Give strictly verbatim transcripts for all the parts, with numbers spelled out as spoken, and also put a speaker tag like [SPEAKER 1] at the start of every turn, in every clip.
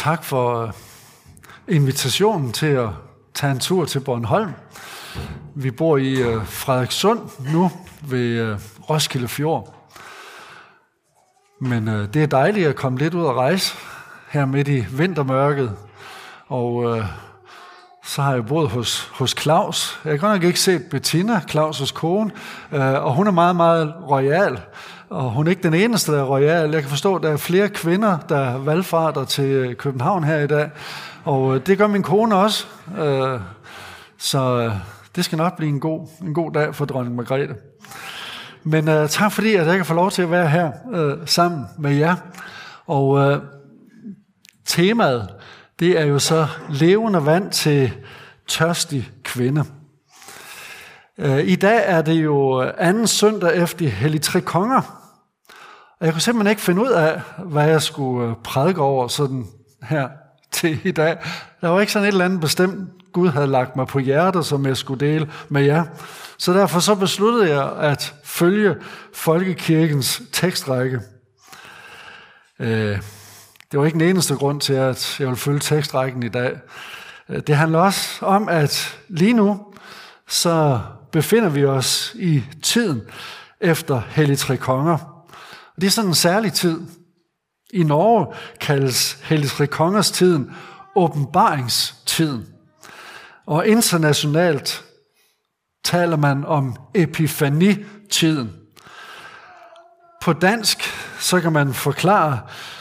[SPEAKER 1] tak for invitationen til at tage en tur til Bornholm. Vi bor i Frederikssund nu ved Roskilde Fjord. Men det er dejligt at komme lidt ud og rejse her midt i vintermørket. Og så har jeg boet hos, hos Claus. Jeg har godt nok ikke set Bettina, Claus' kone, og hun er meget, meget royal. Og hun er ikke den eneste, der er royal. Jeg kan forstå, at der er flere kvinder, der valgfarter til København her i dag. Og det gør min kone også. Så det skal nok blive en god, en god dag for dronning Margrethe. Men uh, tak fordi, at jeg kan få lov til at være her uh, sammen med jer. Og uh, temaet, det er jo så levende vand til tørstig kvinde. Uh, I dag er det jo anden søndag efter Helligtrekonger. Og jeg kunne simpelthen ikke finde ud af, hvad jeg skulle prædike over sådan her til i dag. Der var ikke sådan et eller andet bestemt, Gud havde lagt mig på hjertet, som jeg skulle dele med jer. Så derfor så besluttede jeg at følge Folkekirkens tekstrække. Det var ikke den eneste grund til, at jeg ville følge tekstrækken i dag. Det handler også om, at lige nu så befinder vi os i tiden efter Helligtrekonger. Det er sådan en særlig tid. I Norge kaldes Helligtrekongers tiden åbenbaringstiden. Og internationalt taler man om epifanitiden. På dansk så kan man forklare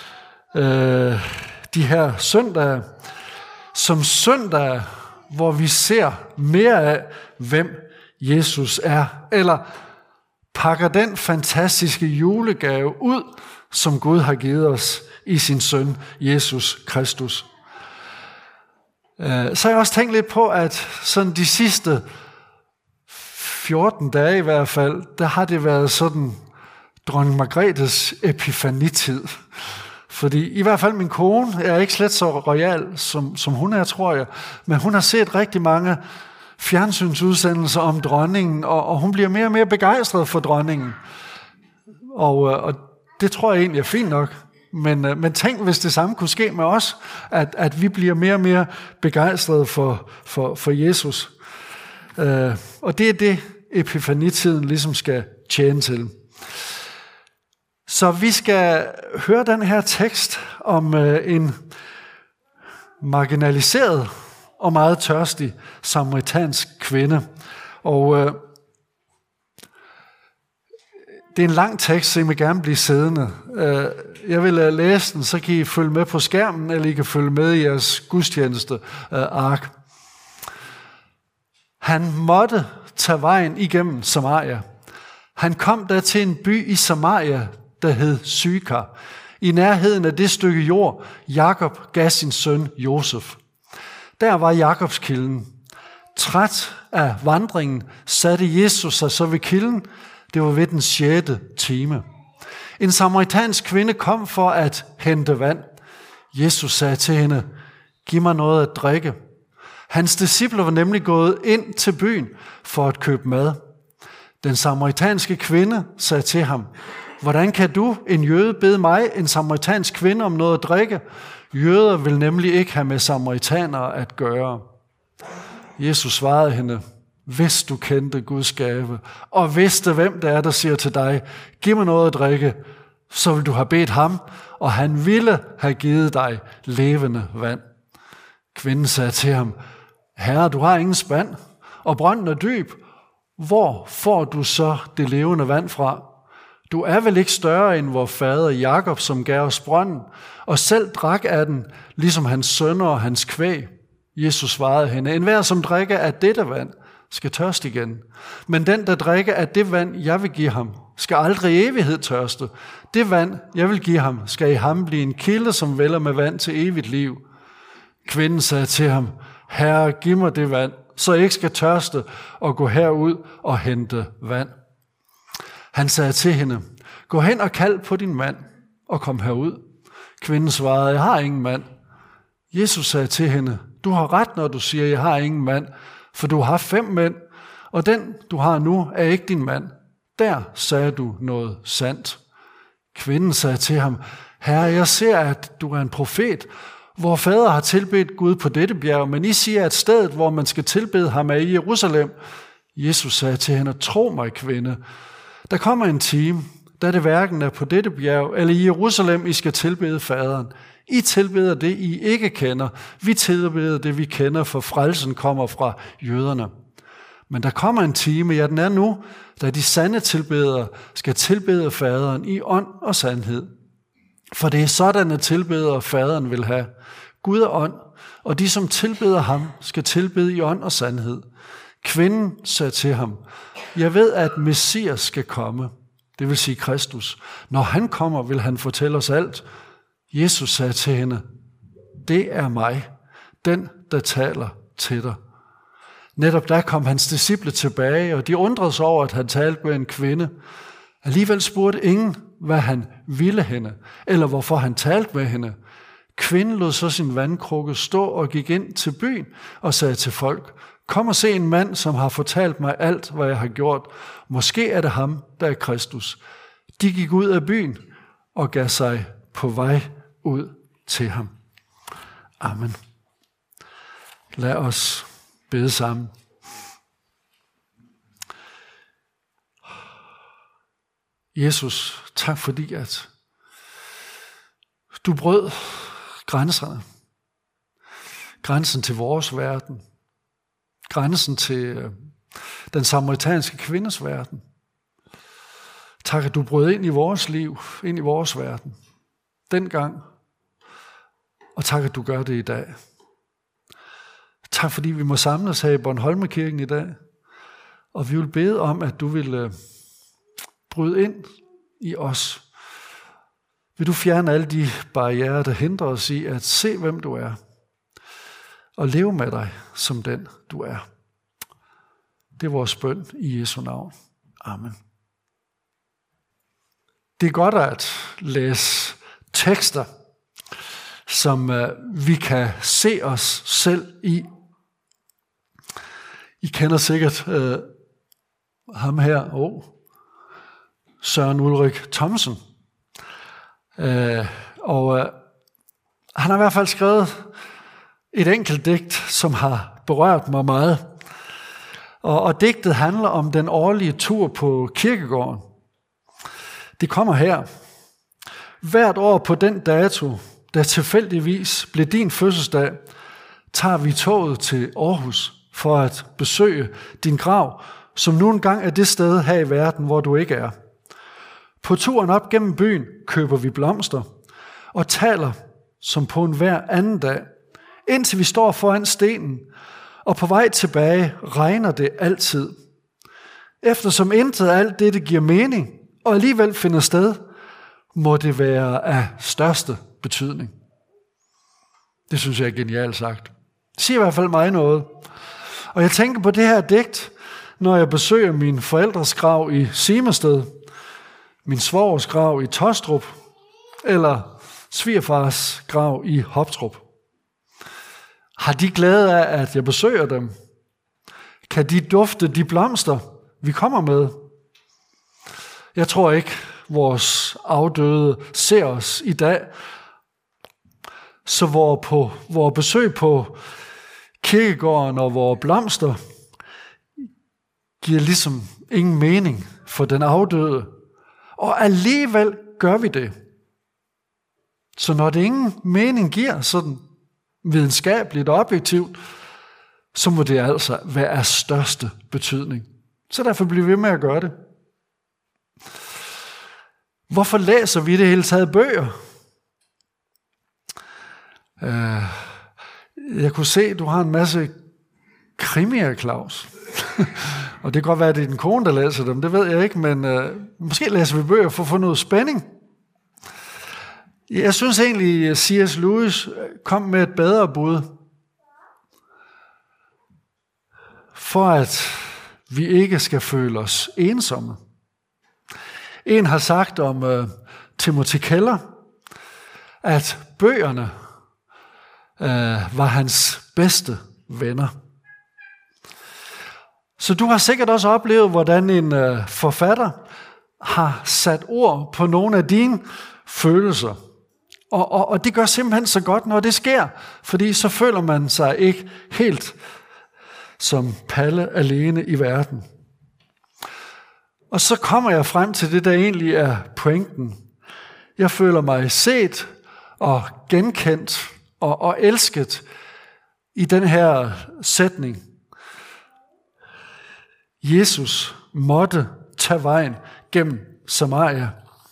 [SPEAKER 1] øh, de her søndage som søndage, hvor vi ser mere af, hvem Jesus er, eller pakker den fantastiske julegave ud, som Gud har givet os i sin søn, Jesus Kristus. Så har jeg også tænkt lidt på, at sådan de sidste fjorten dage i hvert fald, der har det været sådan dronning Margrethes epifanitid. Fordi i hvert fald min kone er ikke slet så royal, som, som hun er, tror jeg. Men hun har set rigtig mange fjernsynsudsendelser om dronningen, og, og hun bliver mere og mere begejstret for dronningen. Og, og det tror jeg egentlig er fint nok. Men, men tænk, hvis det samme kunne ske med os, at, at vi bliver mere og mere begejstrede for, for, for Jesus. Uh, og det er det, epifanitiden ligesom skal tjene til. Så vi skal høre den her tekst om uh, en marginaliseret og meget tørstig samaritansk kvinde. Og uh, det er en lang tekst, så I må gerne blive siddende. Uh, jeg vil uh, læse den, så kan I følge med på skærmen, eller I kan følge med i jeres gudstjeneste uh, ark. Han måtte tage vejen igennem Samaria. Han kom da til en by i Samaria, der hed Sykar, i nærheden af det stykke jord, Jakob gav sin søn Josef. Der var Jakobs kilden. Træt af vandringen satte Jesus sig så ved kilden. Det var ved den sjette time. En samaritansk kvinde kom for at hente vand. Jesus sagde til hende, giv mig noget at drikke. Hans disciple var nemlig gået ind til byen for at købe mad. Den samaritanske kvinde sagde til ham, hvordan kan du, en jøde, bede mig, en samaritansk kvinde, om noget at drikke? Jøder vil nemlig ikke have med samaritanere at gøre. Jesus svarede hende, hvis du kendte Guds gave, og vidste, hvem det er, der siger til dig, giv mig noget at drikke, så vil du have bedt ham, og han ville have givet dig levende vand. Kvinden sagde til ham, Herre, du har ingen spand, og brønden er dyb. Hvor får du så det levende vand fra? Du er vel ikke større end vor fader Jakob, som gav os brønden, og selv drak af den, ligesom hans sønner og hans kvæg. Jesus svarede hende, enhver som drikker af dette vand, skal tørste igen. Men den, der drikker af det vand, jeg vil give ham, skal aldrig i evighed tørste. Det vand, jeg vil give ham, skal i ham blive en kilde, som vælger med vand til evigt liv. Kvinden sagde til ham, Herre, giv mig det vand, så jeg ikke skal tørste og gå herud og hente vand. Han sagde til hende, gå hen og kald på din mand og kom herud. Kvinden svarede, jeg har ingen mand. Jesus sagde til hende, du har ret, når du siger, jeg har ingen mand, for du har fem mænd, og den, du har nu, er ikke din mand. Der sagde du noget sandt. Kvinden sagde til ham, Herre, jeg ser, at du er en profet. Vor fader har tilbedt Gud på dette bjerg, men I siger, at stedet, hvor man skal tilbede ham, er i Jerusalem. Jesus sagde til hende, tro mig, kvinde, der kommer en time, da det hverken er på dette bjerg eller i Jerusalem, I skal tilbede faderen. I tilbeder det, I ikke kender. Vi tilbeder det, vi kender, for frelsen kommer fra jøderne. Men der kommer en time, ja den er nu, da de sande tilbedere skal tilbede faderen i ånd og sandhed. For det er sådanne tilbedere, faderen vil have. Gud er ånd, og de, som tilbeder ham, skal tilbede i ånd og sandhed. Kvinden sagde til ham, jeg ved, at Messias skal komme, det vil sige Kristus. Når han kommer, vil han fortælle os alt. Jesus sagde til hende, det er mig, den, der taler til dig. Netop da kom hans disciple tilbage, og de undrede sig over, at han talte med en kvinde. Alligevel spurgte ingen, hvad han ville hende, eller hvorfor han talte med hende. Kvinden lod så sin vandkrukke stå og gik ind til byen og sagde til folk, kom og se en mand, som har fortalt mig alt, hvad jeg har gjort. Måske er det ham, der er Kristus. De gik ud af byen og gav sig på vej ud til ham. Amen. Lad os bede sammen. Jesus, tak fordi, at du brød grænserne. Grænsen til vores verden. Grænsen til den samaritanske kvindes verden. Tak, at du brød ind i vores liv, ind i vores verden. Dengang. Og tak, at du gør det i dag. Tak, fordi vi må samles her i Bornholmerkirken i dag. Og vi vil bede om, at du vil bryde ind i os. Vil du fjerne alle de barrierer, der hindrer os i at se, hvem du er. Og leve med dig som den, du er. Det er vores bøn i Jesu navn. Amen. Det er godt at læse tekster, som vi kan se os selv i. I kender sikkert øh, ham her, oh, Søren Ulrik Thomsen. Øh, og øh, han har i hvert fald skrevet et enkelt digt, som har berørt mig meget. Og, og digtet handler om den årlige tur på kirkegården. Det kommer her. Hvert år på den dato, der tilfældigvis blev din fødselsdag, tager vi toget til Aarhus for at besøge din grav, som nu engang er det sted her i verden, hvor du ikke er. På turen op gennem byen køber vi blomster og taler som på en hver anden dag, indtil vi står foran stenen, og på vej tilbage regner det altid. Eftersom intet af alt dette giver mening, og alligevel finder sted, må det være af største betydning. Det synes jeg er genialt sagt. Det siger i hvert fald mig noget. Og jeg tænker på det her digt, når jeg besøger min forældres grav i Simested, min svogers grav i Tostrup, eller svigerfars grav i Hoptrup. Har de glæde af, at jeg besøger dem? Kan de dufte de blomster, vi kommer med? Jeg tror ikke, vores afdøde ser os i dag, så hvor på vores besøg på kirkegården og vores blomster giver ligesom ingen mening for den afdøde. Og alligevel gør vi det. Så når det ingen mening giver, sådan videnskabeligt og objektivt, så må det altså være af største betydning. Så derfor bliver vi ved med at gøre det. Hvorfor læser vi det hele taget bøger? Jeg kunne se, at du har en masse krimier, Claus. Og det kan godt være, at det er din kone, der læser dem. Det ved jeg ikke, men uh, måske læser vi bøger for at få noget spænding. Jeg synes egentlig, at C S Lewis kom med et bedre bud. For at vi ikke skal føle os ensomme. En har sagt om uh, Timothy Keller, at bøgerne uh, var hans bedste venner. Så du har sikkert også oplevet, hvordan en uh, forfatter har sat ord på nogle af dine følelser Og, og, og det gør simpelthen så godt, når det sker, fordi så føler man sig ikke helt som Palle alene i verden. Og så kommer jeg frem til det, der egentlig er pointen. Jeg føler mig set og genkendt og, og elsket i den her sætning. Jesus måtte tage vejen gennem Samaria.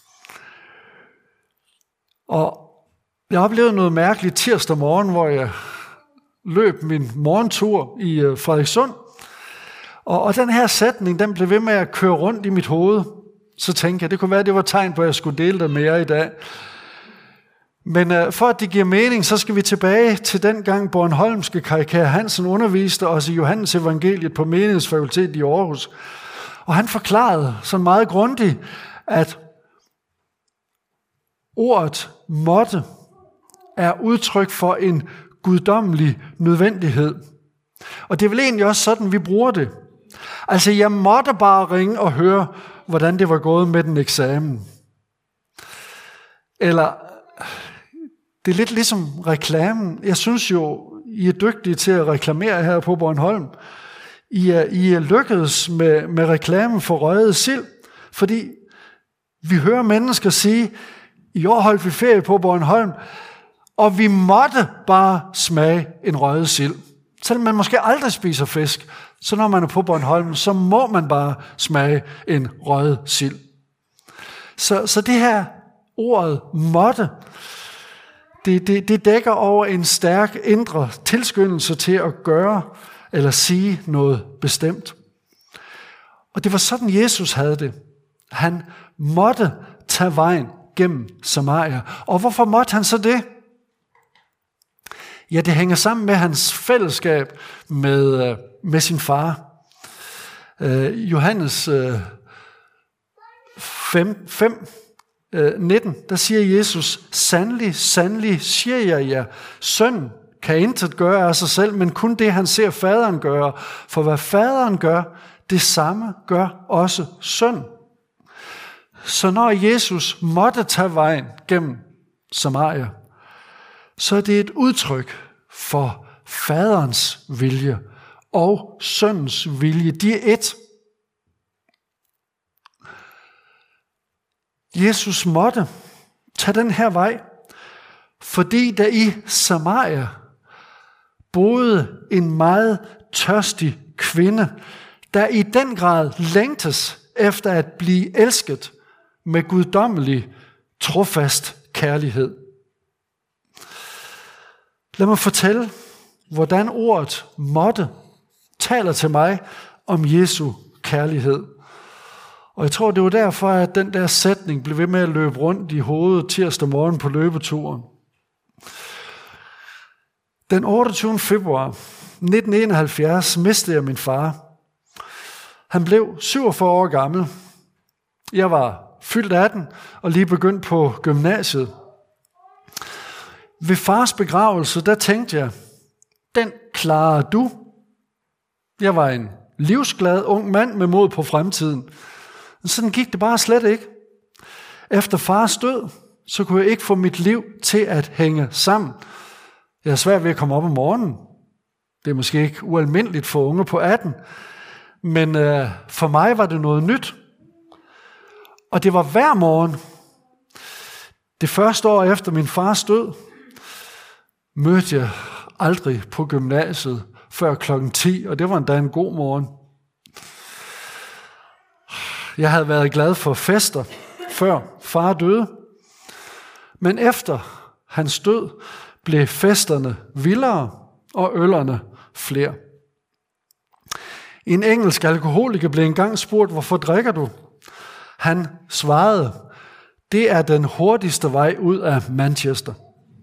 [SPEAKER 1] Og jeg oplevede noget mærkeligt tirsdag morgen, hvor jeg løb min morgentur i Frederikssund. Og, og den her sætning, den blev ved med at køre rundt i mit hoved. Så tænkte jeg, det kunne være, det var tegn på, at jeg skulle dele det med jer i dag. Men uh, for at det giver mening, så skal vi tilbage til den gang Bornholmske Kai Kjær Hansen underviste os i Johannes evangeliet på menighedsfakultetet i Aarhus. Og han forklarede så meget grundigt, at ordet måtte er udtryk for en guddommelig nødvendighed. Og det er vel egentlig også sådan, vi bruger det. Altså, jeg måtte bare ringe og høre, hvordan det var gået med den eksamen. Eller, det er lidt ligesom reklamen. Jeg synes jo, I er dygtige til at reklamere her på Bornholm. I er, I er lykkedes med, med reklamen for røget sild, fordi vi hører mennesker sige, i år holdt vi ferie på Bornholm, og vi måtte bare smage en røget sild. Selvom man måske aldrig spiser fisk, så når man er på Bornholm, så må man bare smage en røget sild. Så, så det her ordet måtte, det, det, det dækker over en stærk indre tilskyndelse til at gøre eller sige noget bestemt. Og det var sådan, Jesus havde det. Han måtte tage vejen gennem Samaria. Og hvorfor måtte han så det? Ja, det hænger sammen med hans fællesskab med, med sin far. Uh, Johannes uh, fem, nitten, der siger Jesus, sandelig, sandelig siger jeg jer, sønnen kan intet gøre af sig selv, men kun det, han ser faderen gøre. For hvad faderen gør, det samme gør også søn. Så når Jesus måtte tage vejen gennem Samaria, så er det et udtryk for faderens vilje og sønnens vilje. De er ét. Jesus måtte tage den her vej, fordi der i Samaria boede en meget tørstig kvinde, der i den grad længtes efter at blive elsket med guddommelig, trofast kærlighed. Lad mig fortælle, hvordan ordet måtte taler til mig om Jesu kærlighed. Og jeg tror, det var derfor, at den der sætning blev ved med at løbe rundt i hovedet tirsdag morgen på løbeturen. Den otteogtyvende februar nitten enoghalvfjerds mistede jeg min far. Han blev syvogfyrre år gammel. Jeg var fyldt atten og lige begyndt på gymnasiet. Ved fars begravelse, der tænkte jeg, den klarer du. Jeg var en livsglad ung mand med mod på fremtiden. Sådan gik det bare slet ikke. Efter fars død, så kunne jeg ikke få mit liv til at hænge sammen. Jeg er svært ved at komme op om morgenen. Det er måske ikke ualmindeligt for unge på atten, men øh, for mig var det noget nyt. Og det var hver morgen. Det første år efter min fars død, mødte jeg aldrig på gymnasiet før klokken ti, og det var endda en god morgen. Jeg havde været glad for fester, før far døde, men efter hans død blev festerne vildere og øllerne flere. En engelsk alkoholiker blev engang spurgt, hvorfor drikker du? Han svarede, det er den hurtigste vej ud af Manchester.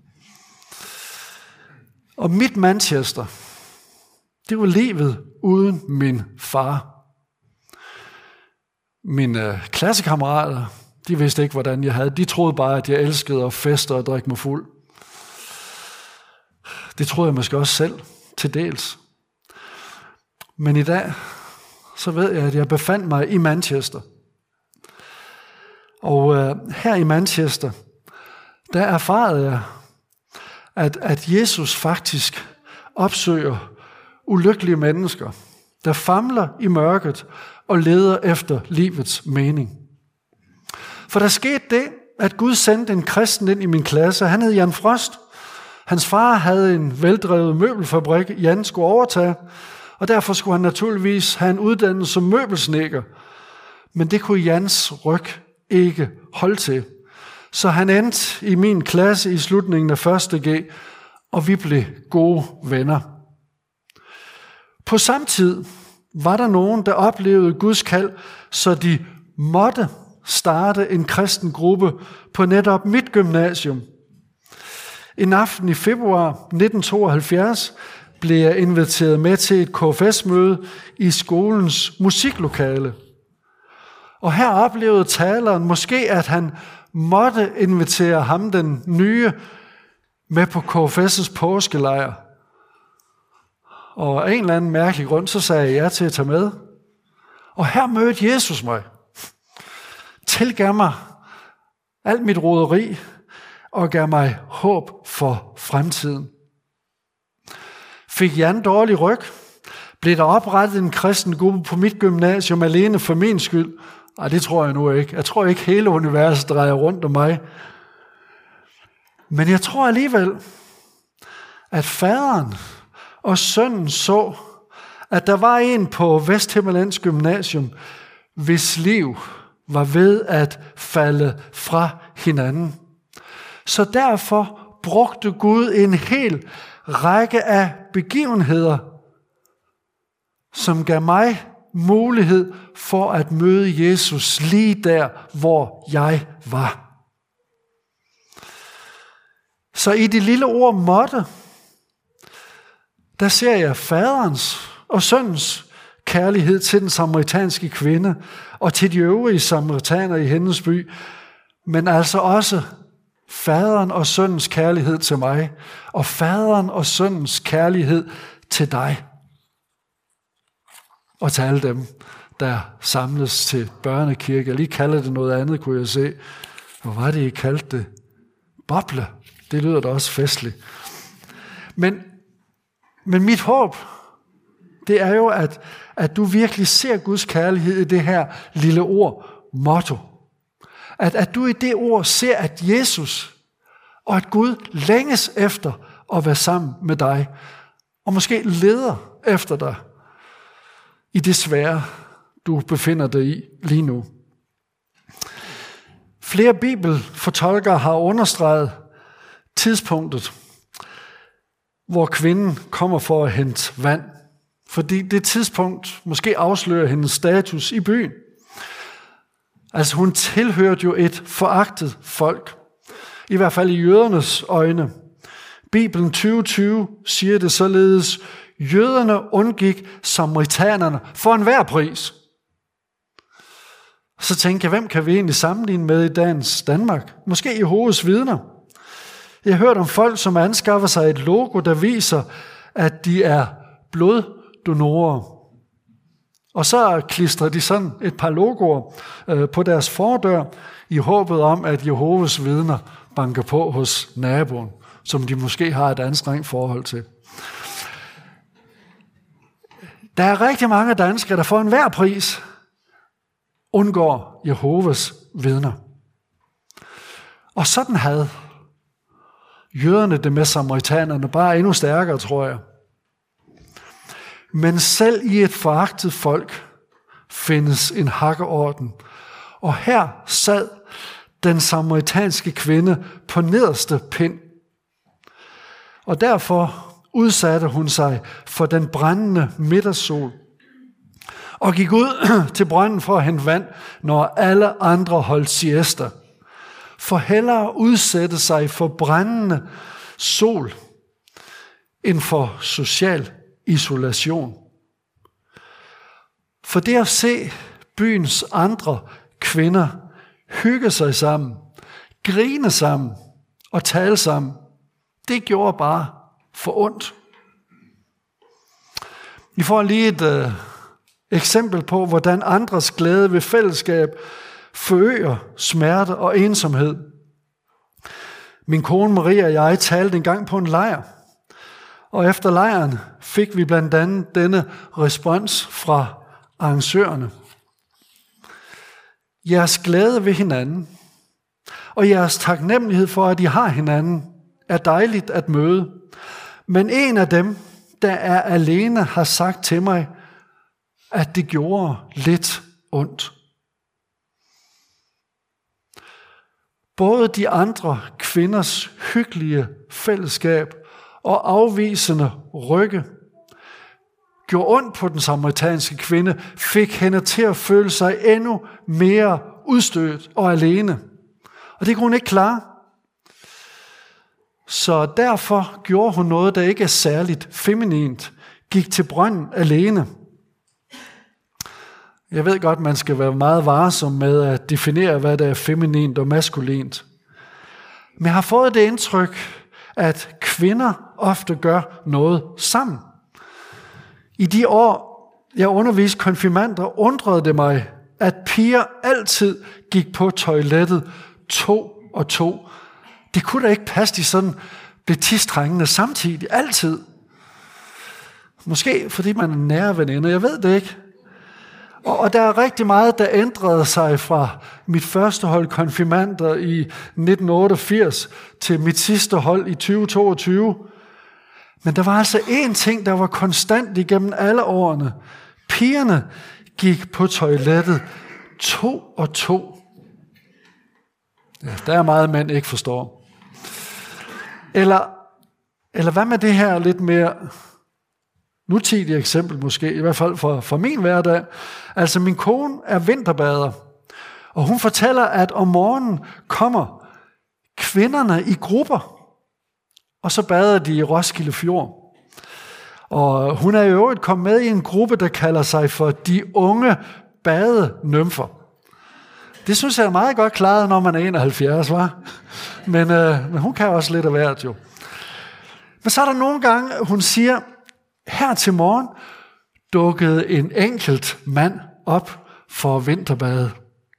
[SPEAKER 1] Og mit Manchester, det var livet uden min far. Mine klassekammerater, de vidste ikke, hvordan jeg havde. De troede bare, at jeg elskede at feste og drikke mig fuld. Det troede jeg måske også selv, til dels. Men i dag, så ved jeg, at jeg befandt mig i Manchester. Og øh, her i Manchester, der erfarede jeg, at, at Jesus faktisk opsøger ulykkelige mennesker, der famler i mørket og leder efter livets mening. For der skete det, at Gud sendte en kristen ind i min klasse. Han hed Jan Frost. Hans far havde en veldrevet møbelfabrik, Jan skulle overtage, og derfor skulle han naturligvis have en uddannelse som møbelsnedker. Men det kunne Jans ryg ikke holde til. Så han endte i min klasse i slutningen af første G, og vi blev gode venner. På samme tid var der nogen, der oplevede Guds kald, så de måtte starte en kristen gruppe på netop mit gymnasium. En aften i februar nitten tooghalvfjerds blev jeg inviteret med til et K F S-møde i skolens musiklokale. Og her oplevede taleren måske, at han måtte invitere ham, den nye, med på K F S' påskelejr. Og af en eller anden mærkelig grund, så sagde jeg ja til at tage med. Og her mødte Jesus mig. Tilgav mig alt mit roderi og gav mig håb for fremtiden. Fik Jan dårlig ryg? Blev der oprettet en kristen gruppe på mit gymnasium alene for min skyld? Nej, det tror jeg nu ikke. Jeg tror ikke, hele universet drejer rundt om mig. Men jeg tror alligevel, at faderen og sønnen så, at der var en på Vesthimmerlands Gymnasium, hvis liv var ved at falde fra hinanden. Så derfor brugte Gud en hel række af begivenheder, som gav mig mulighed for at møde Jesus lige der, hvor jeg var. Så i det lille ord måtte, der ser jeg faderens og sønnens kærlighed til den samaritanske kvinde og til de øvrige samaritaner i hendes by, men altså også faderen og sønnens kærlighed til mig, og faderen og sønnens kærlighed til dig. Og til alle dem, der samles til børnekirke. Jeg lige kalder det noget andet, kunne jeg se. Hvor var det, I kaldte det? Boble. Det lyder da også festligt. Men, men mit håb, det er jo, at, at du virkelig ser Guds kærlighed i det her lille ord, motto. At, at du i det ord ser, at Jesus og at Gud længes efter at være sammen med dig, og måske leder efter dig i det svære, du befinder dig i lige nu. Flere bibelfortolkere har understreget tidspunktet, hvor kvinden kommer for at hente vand, fordi det tidspunkt måske afslører hendes status i byen. Altså hun tilhørte jo et foragtet folk, i hvert fald i jødernes øjne. Bibelen tyve tyve siger det således: jøderne undgik samaritanerne for enhver pris. Så tænker jeg, hvem kan vi egentlig sammenligne med i dagens Danmark? Måske Jehovas vidner. Jeg har hørt om folk, som anskaffer sig et logo, der viser, at de er bloddonorer. Og så klistrer de sådan et par logoer på deres fordør, i håbet om, at Jehovas vidner banker på hos naboen, som de måske har et anstrengt forhold til. Der er rigtig mange danskere, der for enhver pris undgår Jehovas vidner. Og sådan havde jøderne det med samaritanerne, bare endnu stærkere, tror jeg. Men selv i et foragtet folk findes en hakkeorden. Og her sad den samaritanske kvinde på nederste pind. Og derfor udsatte hun sig for den brændende middagssol og gik ud til brønden for at hente vand, når alle andre holdt siesta. For hellere udsætte sig for brændende sol end for social isolation. For det at se byens andre kvinder hygge sig sammen, grine sammen og tale sammen, det gjorde bare for ondt. I får lige et øh, eksempel på, hvordan andres glæde ved fællesskab forøger smerte og ensomhed. Min kone Maria og jeg talte en gang på en lejr, og efter lejren fik vi blandt andet denne respons fra arrangørerne. Jeres glæde ved hinanden, og jeres taknemmelighed for, at I har hinanden, er dejligt at møde. Men en af dem, der er alene, har sagt til mig, at det gjorde lidt ondt. Både de andre kvinders hyggelige fællesskab og afvisende rygge gjorde ondt på den samaritanske kvinde, fik hende til at føle sig endnu mere udstødt og alene. Og det kunne hun ikke klare. Så derfor gjorde hun noget, der ikke er særligt feminint. Gik til brønden alene. Jeg ved godt, man skal være meget varsom med at definere, hvad der er feminint og maskulint. Men jeg har fået det indtryk, at kvinder ofte gør noget sammen. I de år, jeg underviste konfirmander, undrede det mig, at piger altid gik på toilettet to og to. Det kunne da ikke passe, de sådan blev tistrængende samtidig, altid. Måske fordi man er nære veninder, jeg ved det ikke. Og, og der er rigtig meget, der ændrede sig fra mit første hold konfirmander i nitten otteogfirs til mit sidste hold i tyve toogtyve. Men der var altså én ting, der var konstant igennem alle årene. Pigerne gik på toilettet to og to. Ja, der er meget, mænd ikke forstår. Eller, eller hvad med det her lidt mere nutidige eksempel måske, i hvert fald for, for min hverdag. Altså min kone er vinterbader, og hun fortæller, at om morgenen kommer kvinderne i grupper, og så bader de i Roskilde Fjord. Og hun er i øvrigt kommet med i en gruppe, der kalder sig for de unge badenymfer. Det synes jeg er meget godt klaret, når man er enoghalvfjerds, var. Men, øh, men hun kan også lidt af hvert jo. Men så er der nogle gange, hun siger, her til morgen dukkede en enkelt mand op for vinterbade.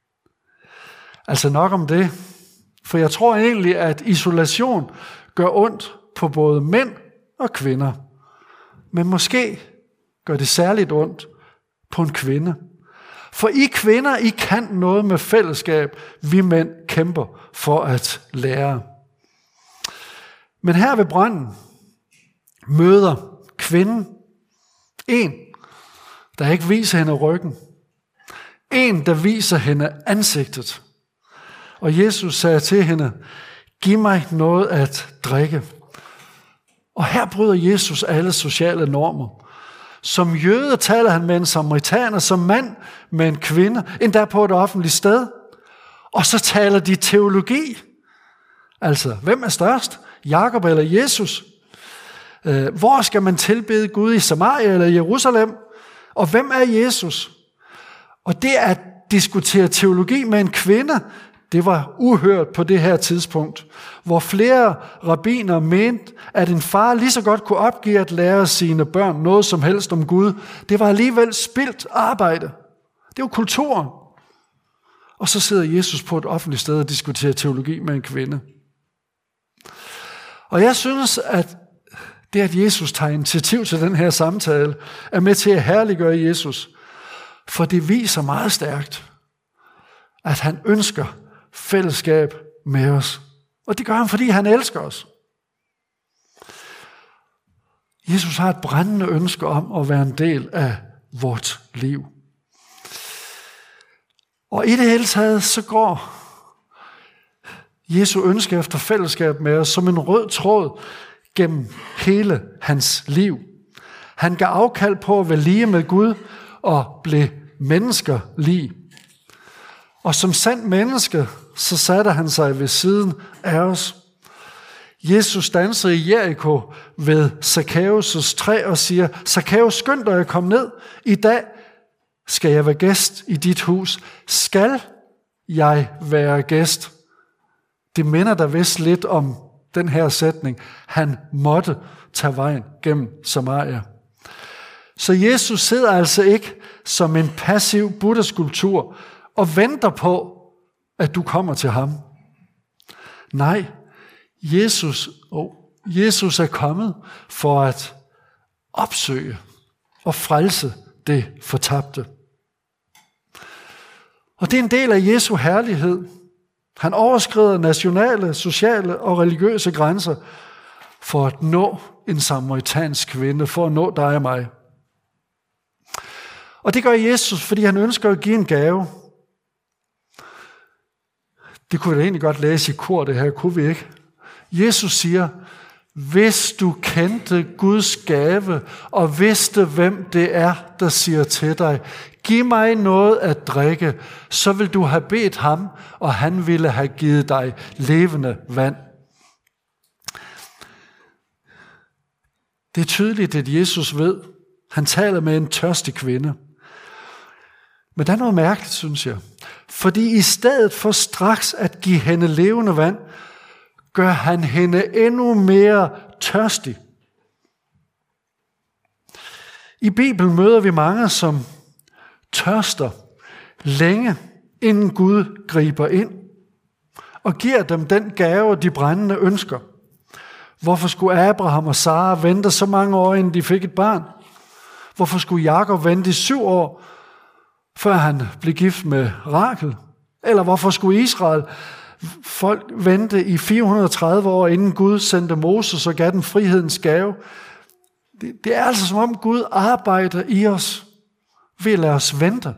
[SPEAKER 1] Altså nok om det. For jeg tror egentlig, at isolation gør ondt på både mænd og kvinder. Men måske gør det særligt ondt på en kvinde. For I kvinder, I kan noget med fællesskab, vi mænd kæmper for at lære. Men her ved brønden møder kvinden en, der ikke viser hende ryggen. En, der viser hende ansigtet. Og Jesus sagde til hende, giv mig noget at drikke. Og her bryder Jesus alle sociale normer. Som jøde taler han med en samaritaner, som mand med en kvinde, endda på et offentligt sted. Og så taler de teologi. Altså, hvem er størst? Jakob eller Jesus? Hvor skal man tilbede Gud, i Samaria eller Jerusalem? Og hvem er Jesus? Og det at diskutere teologi med en kvinde, det var uhørt på det her tidspunkt, hvor flere rabbiner mente, at en far lige så godt kunne opgive at lære sine børn noget som helst om Gud. Det var alligevel spildt arbejde. Det var kulturen. Og så sidder Jesus på et offentligt sted og diskuterer teologi med en kvinde. Og jeg synes, at det, at Jesus tager initiativ til den her samtale, er med til at herliggøre Jesus. For det viser meget stærkt, at han ønsker fællesskab med os. Og det gør han, fordi han elsker os. Jesus har et brændende ønske om at være en del af vort liv. Og i det hele taget, så går Jesu ønske efter fællesskab med os som en rød tråd gennem hele hans liv. Han gav afkald på at være lige med Gud og blev mennesker lig. Og som sand menneske, så satte han sig ved siden af os. Jesus standsede i Jericho ved Zacchaeus' træ og siger, Zacchaeus, skynd dig at komme ned. I dag skal jeg være gæst i dit hus. Skal jeg være gæst? Det minder da vist lidt om den her sætning. Han måtte tage vejen gennem Samaria. Så Jesus sidder altså ikke som en passiv buddha-skulptur og venter på, at du kommer til ham. Nej, Jesus, oh, Jesus er kommet for at opsøge og frelse det fortabte. Og det er en del af Jesu herlighed. Han overskrider nationale, sociale og religiøse grænser for at nå en samaritansk kvinde, for at nå dig og mig. Og det gør Jesus, fordi han ønsker at give en gave. Det kunne vi da egentlig godt læse i kor, det her, kunne vi ikke? Jesus siger, hvis du kendte Guds gave, og vidste, hvem det er, der siger til dig, giv mig noget at drikke, så vil du have bedt ham, og han ville have givet dig levende vand. Det er tydeligt, at Jesus ved. Han taler med en tørstig kvinde. Men der er noget mærkeligt, synes jeg. Fordi i stedet for straks at give hende levende vand, gør han hende endnu mere tørstig. I Bibelen møder vi mange, som tørster længe, inden Gud griber ind og giver dem den gave, de brændende ønsker. Hvorfor skulle Abraham og Sara vente så mange år, inden de fik et barn? Hvorfor skulle Jakob vente i syv år, før han blev gift med Rachel? Eller hvorfor skulle Israel folk vente i fire hundrede og tredive år, inden Gud sendte Moses og gav dem frihedens gave? Det, det er altså som om Gud arbejder i os ved at lade os vente.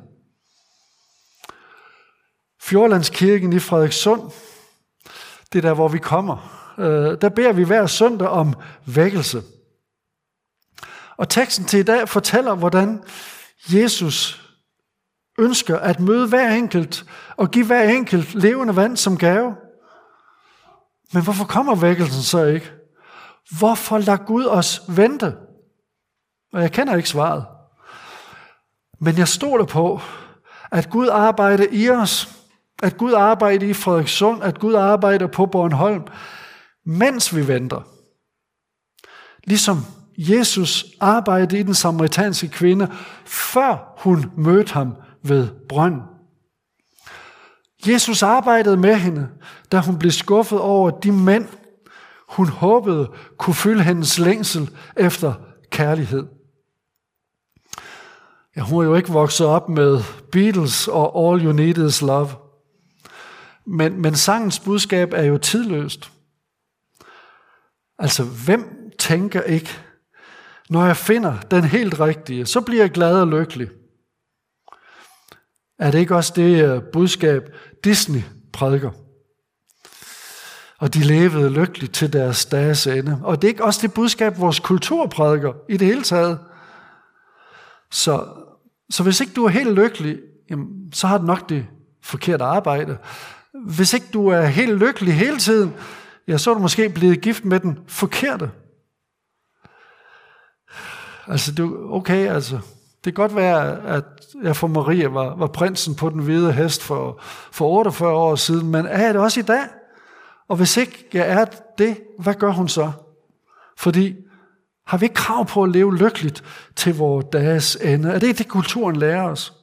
[SPEAKER 1] Fjordlandskirken i Frederikssund, det er der, hvor vi kommer. Der beder vi hver søndag om vækkelse. Og teksten til i dag fortæller, hvordan Jesus ønsker at møde hver enkelt og give hver enkelt levende vand som gave. Men hvorfor kommer vækkelsen så ikke? Hvorfor lader Gud os vente? Og jeg kender ikke svaret. Men jeg stoler på, at Gud arbejder i os, at Gud arbejder i Frederikssund, at Gud arbejder på Bornholm, mens vi venter. Ligesom Jesus arbejdede i den samaritanske kvinde, før hun mødte ham ved brønden. Jesus arbejdede med hende, da hun blev skuffet over de mænd, hun håbede kunne fylde hendes længsel efter kærlighed. Ja, hun er jo ikke vokset op med Beatles og All You Need Is Love. Men, men sangens budskab er jo tidløst. Altså, hvem tænker ikke, når jeg finder den helt rigtige, så bliver jeg glad og lykkelig? Er det ikke også det budskab, Disney prædiker? Og de levede lykkeligt til deres dages ende. Og det er ikke også det budskab, vores kultur prædiker i det hele taget? Så, så hvis ikke du er helt lykkelig, jamen, så har du nok det forkerte arbejde. Hvis ikke du er helt lykkelig hele tiden, ja, så er du måske blevet gift med den forkerte. Altså, det er okay, altså. Det kan godt være, at jeg for Maria var, var prinsen på den hvide hest for, for otteogfyrre år siden, men er det også i dag? Og hvis ikke jeg er det, hvad gør hun så? Fordi har vi ikke krav på at leve lykkeligt til vores dages ende? Er det ikke det, kulturen lærer os?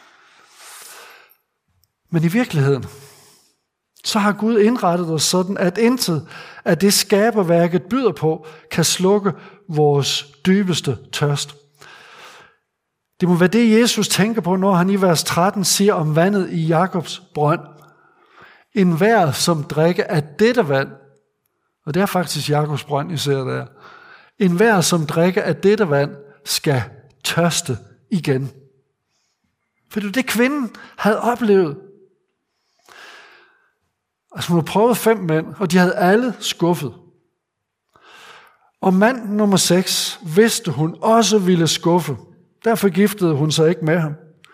[SPEAKER 1] Men i virkeligheden, så har Gud indrettet os sådan, at intet af det skaberværket byder på, kan slukke vores dybeste tørst. Det må være det, Jesus tænker på, når han i vers tretten siger om vandet i Jakobs brønd. En hver, som drikker af dette vand, og det er faktisk Jakobs brønd, I ser der. En hver, som drikker af dette vand, skal tørste igen. For det er det, kvinden havde oplevet. Altså hun havde prøvet fem mænd, og de havde alle skuffet. Og mand nummer seks vidste hun også ville skuffe. Derfor giftede hun sig ikke med ham.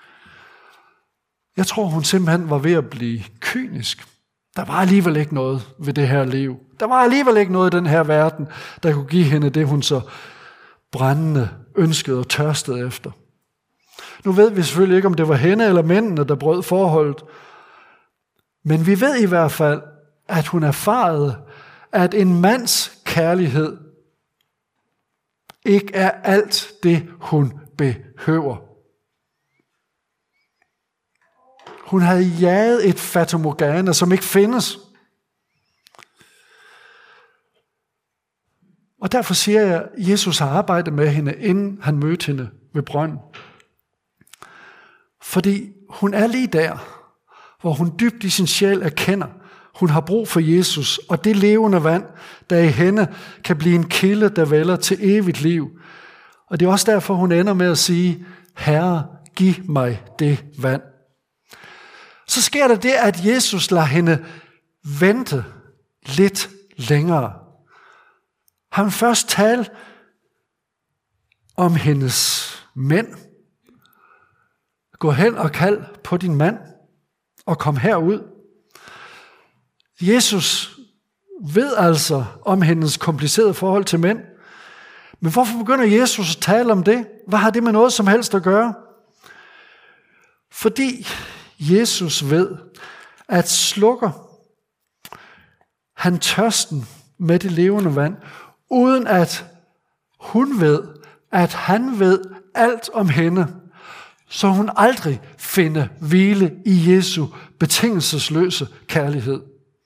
[SPEAKER 1] Jeg tror, hun simpelthen var ved at blive kynisk. Der var alligevel ikke noget ved det her liv. Der var alligevel ikke noget i den her verden, der kunne give hende det, hun så brændende ønskede og tørstede efter. Nu ved vi selvfølgelig ikke, om det var hende eller mændene, der brød forholdet. Men vi ved i hvert fald, at hun erfarede, at en mands kærlighed ikke er alt det, hun behøver. Hun havde jaget et fatamorgana, som ikke findes. Og derfor siger jeg, at Jesus har arbejdet med hende, inden han mødte hende ved brønden. Fordi hun er lige der, hvor hun dybt i sin sjæl erkender, hun har brug for Jesus, og det levende vand, der i hende kan blive en kilde, der vælger til evigt liv. Og det er også derfor, hun ender med at sige, Herre, giv mig det vand. Så sker der det, at Jesus lader hende vente lidt længere. Han vil først tale om hendes mænd. Gå hen og kald på din mand, og kom herud. Jesus ved altså om hendes komplicerede forhold til mænd. Men hvorfor begynder Jesus at tale om det? Hvad har det med noget som helst at gøre? Fordi Jesus ved, at slukker han tørsten med det levende vand, uden at hun ved, at han ved alt om hende, så hun aldrig finder hvile i Jesu betingelsesløse kærlighed.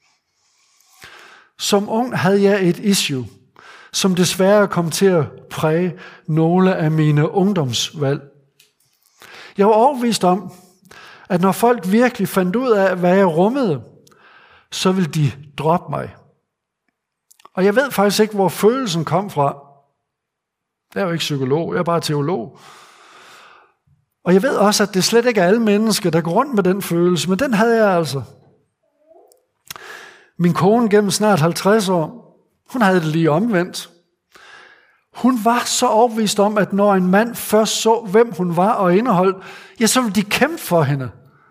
[SPEAKER 1] Som ung havde jeg et issue, som desværre kom til at præge nogle af mine ungdomsvalg. Jeg var overbevist om, at når folk virkelig fandt ud af, hvad jeg rummede, så ville de droppe mig. Og jeg ved faktisk ikke, hvor følelsen kom fra. Jeg er jo ikke psykolog, jeg er bare teolog. Og jeg ved også, at det slet ikke er alle mennesker, der går rundt med den følelse, men den havde jeg altså. Min kone gennem snart halvtreds år, hun havde det lige omvendt. Hun var så overbevist om, at når en mand først så, hvem hun var og indeholdt, ja, så ville de kæmpe for hende.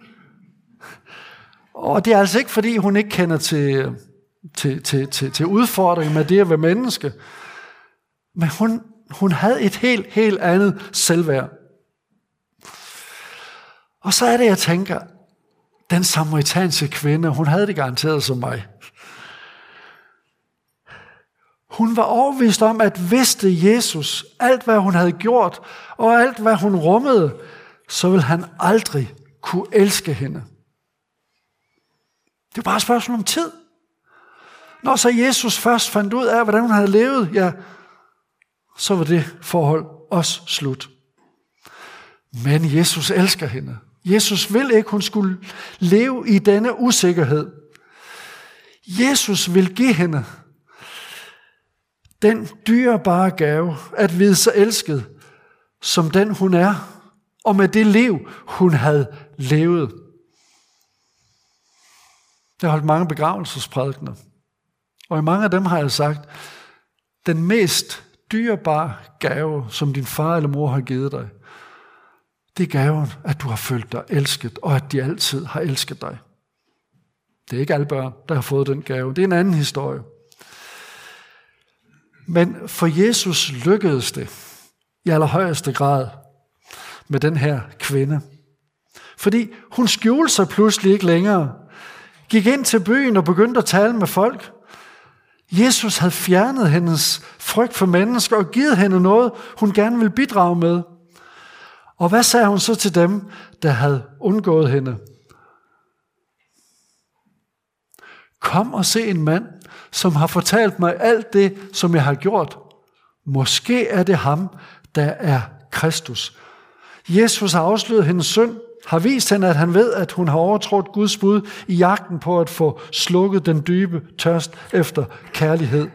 [SPEAKER 1] Og det er altså ikke, fordi hun ikke kender til, til, til, til, til udfordringen med det at være menneske. Men hun, hun havde et helt, helt andet selvværd. Og så er det, jeg tænker, den samaritanske kvinde, hun havde det garanteret som mig. Hun var overbevist om, at vidste Jesus alt, hvad hun havde gjort, og alt, hvad hun rummede, så ville han aldrig kunne elske hende. Det var bare et spørgsmål om tid. Når så Jesus først fandt ud af, hvordan hun havde levet, ja, så var det forhold også slut. Men Jesus elsker hende. Jesus vil ikke, hun skulle leve i denne usikkerhed. Jesus vil give hende den dyrebare gave at vide sig elsket, som den hun er, og med det liv, hun havde levet. Jeg har holdt mange begravelsesprædikener, og i mange af dem har jeg sagt, den mest dyrebare gave, som din far eller mor har givet dig, det er gaven, at du har følt dig elsket, og at de altid har elsket dig. Det er ikke alle børn, der har fået den gave. Det er en anden historie. Men for Jesus lykkedes det i allerhøjeste grad med den her kvinde. Fordi hun skjulte sig pludselig ikke længere. Gik ind til byen og begyndte at tale med folk. Jesus havde fjernet hendes frygt for mennesker og givet hende noget, hun gerne ville bidrage med. Og hvad sagde hun så til dem, der havde undgået hende? Kom og se en mand, som har fortalt mig alt det, som jeg har gjort. Måske er det ham, der er Kristus. Jesus har afsløret hendes synd, har vist hende, at han ved, at hun har overtrådt Guds bud i jagten på at få slukket den dybe tørst efter kærlighed.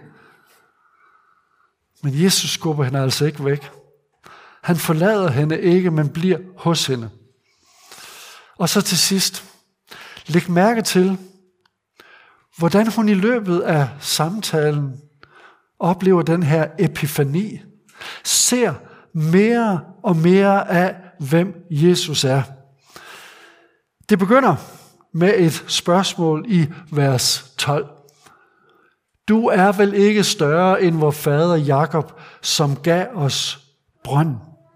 [SPEAKER 1] Men Jesus skubber hende altså ikke væk. Han forlader hende ikke, men bliver hos hende. Og så til sidst, læg mærke til, hvordan hun i løbet af samtalen oplever den her epifani, ser mere og mere af, hvem Jesus er. Det begynder med et spørgsmål i vers tolv. Du er vel ikke større end vor fader Jakob, som gav os brønden.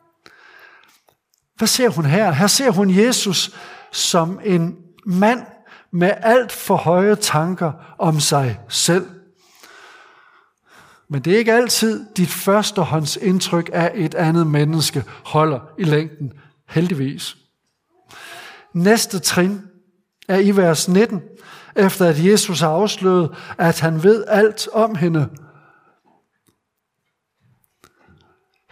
[SPEAKER 1] Hvad ser hun her? Her ser hun Jesus som en mand med alt for høje tanker om sig selv. Men det er ikke altid dit førstehåndsindtryk af et andet menneske holder i længden, heldigvis. Næste trin er i vers nitten, efter at Jesus har afsløret, at han ved alt om hende.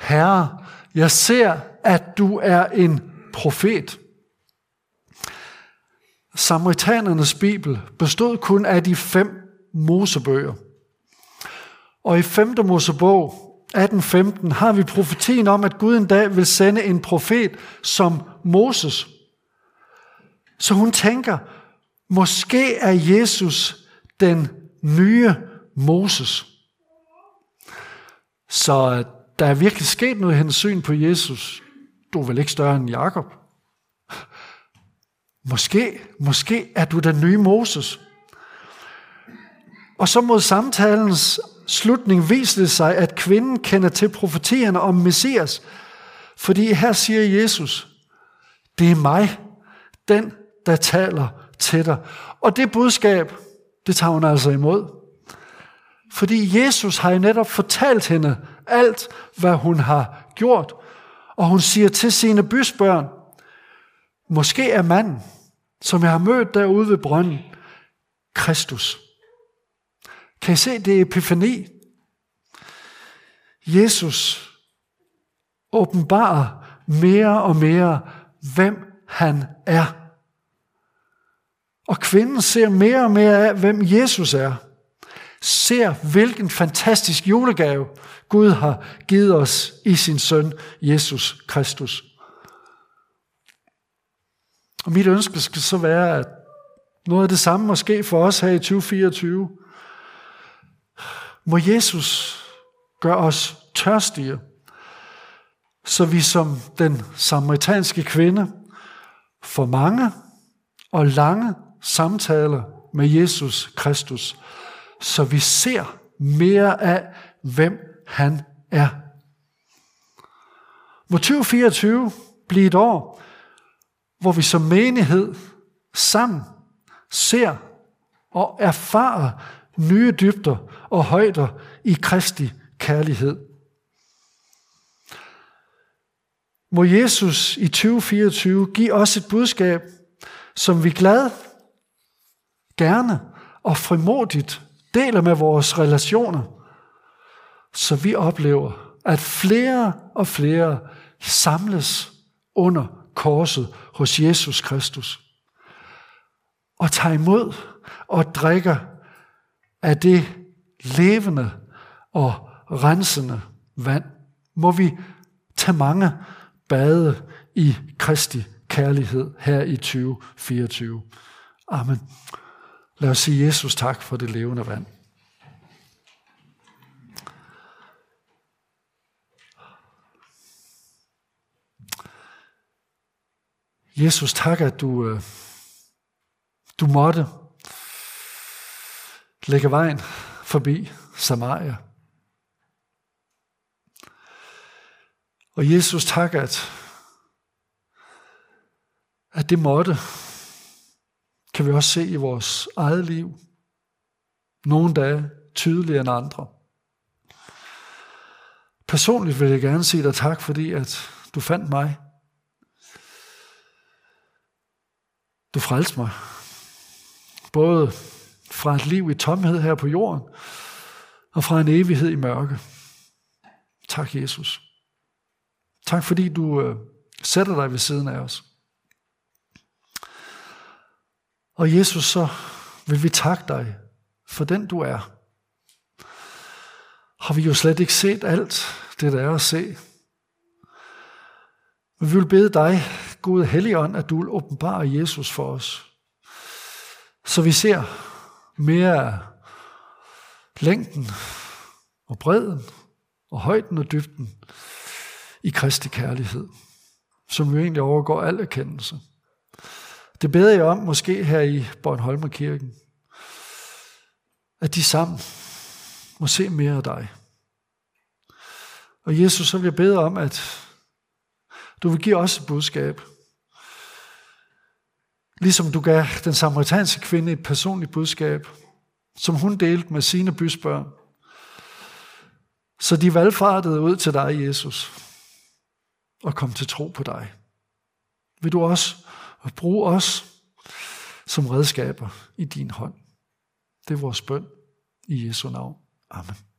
[SPEAKER 1] Herre, jeg ser, at du er en profet. Samaritanernes bibel bestod kun af de fem Mosebøger. Og i femte Mosebog atten femten har vi profetien om, at Gud en dag vil sende en profet som Moses. Så hun tænker, måske er Jesus den nye Moses. Så der er virkelig sket noget i hendes syn på Jesus. Du er vel ikke større end Jakob? Måske, måske er du den nye Moses. Og så mod samtalens slutning viser det sig, at kvinden kender til profetierne om Messias. Fordi her siger Jesus, det er mig, den der taler til dig. Og det budskab, det tager hun altså imod. Fordi Jesus har jo netop fortalt hende alt, hvad hun har gjort. Og hun siger til sine bysbørn, måske er manden, som jeg har mødt derude ved brønden, Kristus. Kan I se, det er epifani? Jesus åbenbarer mere og mere, hvem han er. Og kvinden ser mere og mere af, hvem Jesus er. Ser, hvilken fantastisk julegave Gud har givet os i sin søn, Jesus Kristus. Og mit ønske skal så være, at noget af det samme måske for os her i tyve fireogtyve. Må Jesus gøre os tørstige, så vi som den samaritanske kvinde får mange og lange samtaler med Jesus Kristus, så vi ser mere af, hvem han er. Må tyve fireogtyve blive et år, hvor vi som menighed sammen ser og erfarer nye dybder og højder i Kristi kærlighed. Må Jesus i tyve fireogtyve give os et budskab, som vi glad, gerne og frimodigt deler med vores relationer, så vi oplever, at flere og flere samles under korset hos Jesus Kristus og tager imod og drikker af det levende og rensende vand. Må vi tage mange bade i Kristi kærlighed her i tyve fireogtyve. Amen. Lad os sige Jesus tak for det levende vand. Jesus, tak, at du, du måtte lægge vejen forbi Samaria. Og Jesus, tak, at, at det måtte, kan vi også se i vores eget liv. Nogle dage tydeligere end andre. Personligt vil jeg gerne sige dig tak, fordi at du fandt mig. Du frelste mig. Både fra et liv i tomhed her på jorden, og fra en evighed i mørke. Tak, Jesus. Tak, fordi du øh, sætter dig ved siden af os. Og Jesus, så vil vi takke dig for den, du er. Har vi jo slet ikke set alt det, der er at se. Men vi vil bede dig, Gud Helligånd, at du vil åbenbare Jesus for os. Så vi ser mere af længden og bredden og højden og dybden i Kristi kærlighed, som jo egentlig overgår al erkendelse. Det beder jeg om, måske her i Bornholmerkirken, at de sammen må se mere af dig. Og Jesus, så vil jeg bede om, at du vil give os et budskab. Ligesom du gav den samaritanske kvinde et personligt budskab, som hun delte med sine bysbørn. Så de valgfartede ud til dig, Jesus, og kom til tro på dig. Vil du også bruge os som redskaber i din hånd? Det er vores bøn i Jesu navn. Amen.